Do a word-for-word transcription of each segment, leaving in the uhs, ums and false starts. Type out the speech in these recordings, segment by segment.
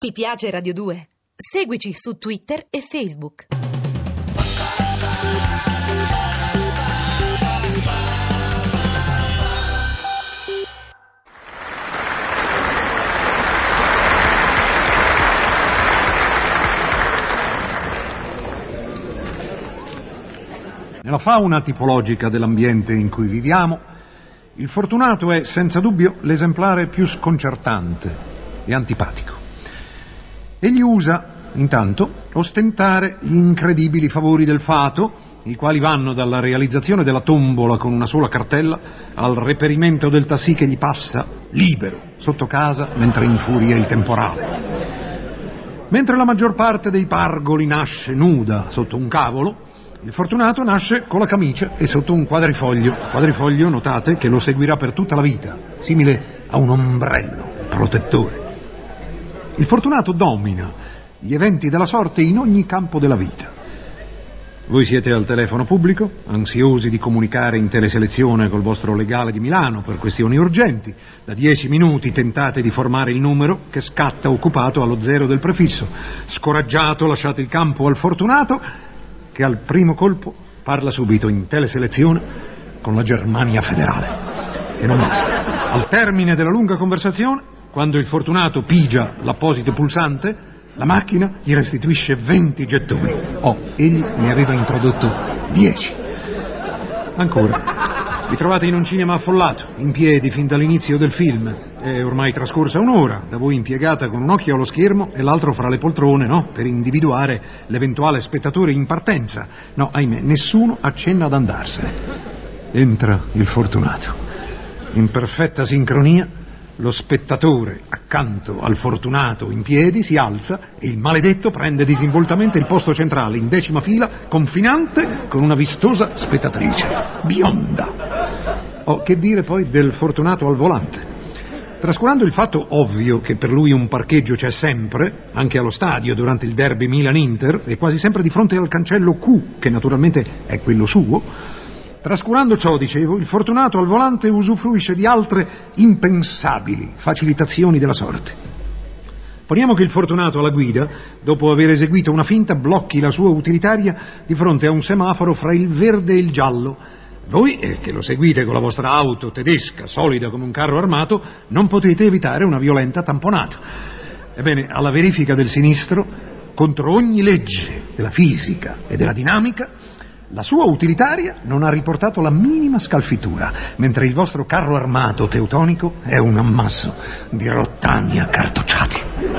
Ti piace Radio due? Seguici su Twitter e Facebook. Nella fauna tipologica dell'ambiente in cui viviamo, il fortunato è senza dubbio l'esemplare più sconcertante e antipatico. Egli usa, intanto, ostentare gli incredibili favori del fato, i quali vanno dalla realizzazione della tombola con una sola cartella al reperimento del tassì che gli passa libero sotto casa mentre infuria il temporale. Mentre la maggior parte dei pargoli nasce nuda sotto un cavolo, il fortunato nasce con la camicia e sotto un quadrifoglio, quadrifoglio, notate, che lo seguirà per tutta la vita, simile a un ombrello protettore. Il fortunato domina gli eventi della sorte in ogni campo della vita. Voi siete al telefono pubblico, ansiosi di comunicare in teleselezione col vostro legale di Milano per questioni urgenti. Da dieci minuti tentate di formare il numero che scatta occupato allo zero del prefisso. Scoraggiato lasciate il campo al fortunato che al primo colpo parla subito in teleselezione con la Germania federale. E non basta. Al termine della lunga conversazione, quando il fortunato pigia l'apposito pulsante, la macchina gli restituisce venti gettoni. Oh, egli ne aveva introdotto dieci. Ancora, vi trovate in un cinema affollato, in piedi fin dall'inizio del film. È ormai trascorsa un'ora, da voi impiegata con un occhio allo schermo e l'altro fra le poltrone, no? Per individuare l'eventuale spettatore in partenza. No, ahimè, nessuno accenna ad andarsene. Entra il fortunato. In perfetta sincronia, lo spettatore accanto al fortunato in piedi si alza e il maledetto prende disinvoltamente il posto centrale in decima fila, confinante con una vistosa spettatrice, bionda. Oh, che dire poi del fortunato al volante? Trascurando il fatto ovvio che per lui un parcheggio c'è sempre, anche allo stadio durante il derby Milan-Inter, e quasi sempre di fronte al cancello Q, che naturalmente è quello suo. Trascurando ciò, dicevo, il fortunato al volante usufruisce di altre impensabili facilitazioni della sorte. Poniamo che il fortunato alla guida, dopo aver eseguito una finta, blocchi la sua utilitaria di fronte a un semaforo fra il verde e il giallo. Voi, eh, che lo seguite con la vostra auto tedesca, solida come un carro armato, non potete evitare una violenta tamponata. Ebbene, alla verifica del sinistro, contro ogni legge della fisica e della dinamica, la sua utilitaria non ha riportato la minima scalfitura, mentre il vostro carro armato teutonico è un ammasso di rottami accartocciati.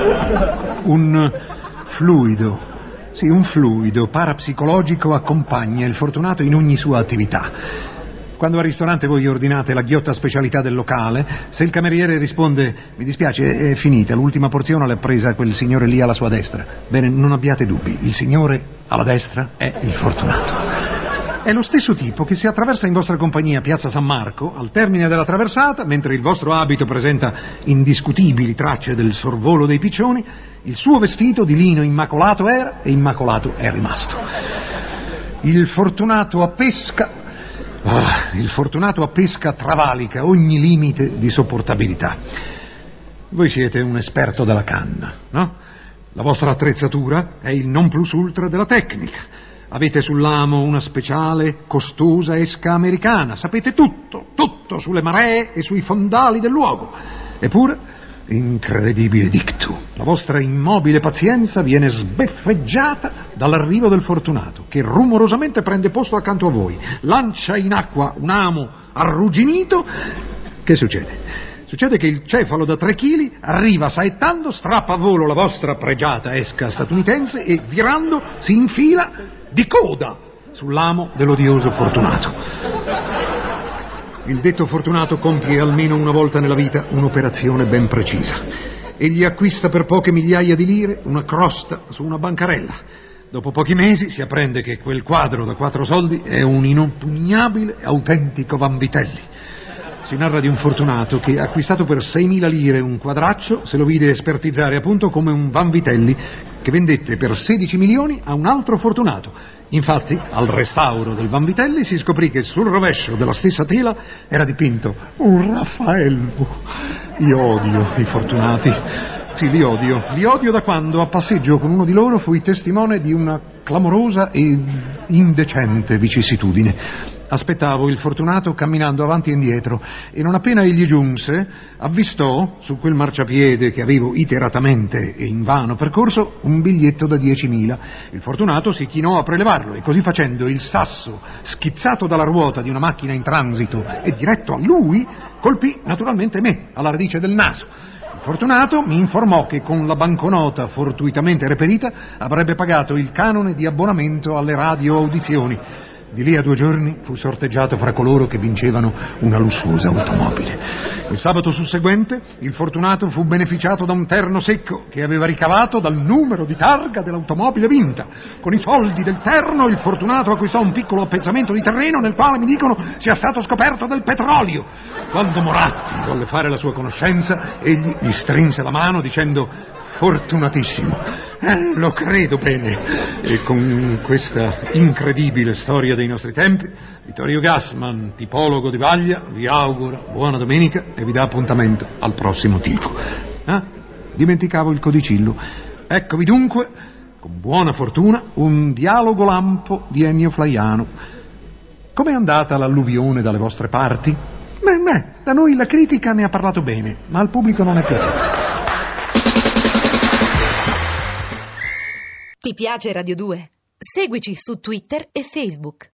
Un fluido, sì, un fluido parapsicologico accompagna il fortunato in ogni sua attività. Quando al ristorante voi ordinate la ghiotta specialità del locale, se il cameriere risponde «Mi dispiace, è finita, l'ultima porzione l'ha presa quel signore lì alla sua destra», bene, non abbiate dubbi, il signore alla destra è il fortunato. È lo stesso tipo che se attraversa in vostra compagnia Piazza San Marco, al termine della traversata, mentre il vostro abito presenta indiscutibili tracce del sorvolo dei piccioni, il suo vestito di lino immacolato era e immacolato è rimasto. Il fortunato a pesca, ah, il fortunato a pesca travalica ogni limite di sopportabilità. Voi siete un esperto della canna, no? La vostra attrezzatura è il non plus ultra della tecnica. Avete sull'amo una speciale, costosa esca americana. Sapete tutto, tutto sulle maree e sui fondali del luogo. Eppure, incredibile dictu, la vostra immobile pazienza viene sbeffeggiata dall'arrivo del fortunato, che rumorosamente prende posto accanto a voi, lancia in acqua un amo arrugginito. Che succede? Succede che il cefalo da tre chili arriva saettando, strappa a volo la vostra pregiata esca statunitense e, virando, si infila di coda sull'amo dell'odioso fortunato. Il detto fortunato compie almeno una volta nella vita un'operazione ben precisa. Egli acquista per poche migliaia di lire una crosta su una bancarella. Dopo pochi mesi si apprende che quel quadro da quattro soldi è un inoppugnabile autentico Vanvitelli. Si narra di un fortunato che, acquistato per seimila lire un quadraccio, se lo vide espertizzare appunto come un Vanvitelli che vendette per sedici milioni a un altro fortunato. Infatti, al restauro del Vanvitelli si scoprì che sul rovescio della stessa tela era dipinto un Raffaello. Io odio i fortunati, Sì, li odio. Li odio da quando a passeggio con uno di loro fui testimone di una clamorosa e indecente vicissitudine. Aspettavo il Fortunato camminando avanti e indietro e non appena egli giunse, avvistò su quel marciapiede che avevo iteratamente e invano percorso un biglietto da diecimila. Il Fortunato si chinò a prelevarlo e così facendo il sasso, schizzato dalla ruota di una macchina in transito e diretto a lui, colpì naturalmente me alla radice del naso. Il Fortunato mi informò che con la banconota fortuitamente reperita avrebbe pagato il canone di abbonamento alle radioaudizioni. Di lì a due giorni fu sorteggiato fra coloro che vincevano una lussuosa automobile. Il sabato susseguente il Fortunato fu beneficiato da un terno secco che aveva ricavato dal numero di targa dell'automobile vinta. Con i soldi del terno il Fortunato acquistò un piccolo appezzamento di terreno nel quale, mi dicono, sia stato scoperto del petrolio. Quando Moratti volle fare la sua conoscenza, egli gli strinse la mano dicendo: fortunatissimo. Eh, lo credo bene. E con questa incredibile storia dei nostri tempi, Vittorio Gassman, tipologo di Vaglia, vi augura buona domenica e vi dà appuntamento al prossimo tipo. Ah, dimenticavo il codicillo. Eccovi dunque, con buona fortuna, un dialogo lampo di Ennio Flaiano. Com'è andata l'alluvione dalle vostre parti? Beh, beh, da noi la critica ne ha parlato bene, ma al pubblico non è piaciuto. Ti piace Radio due? Seguici su Twitter e Facebook.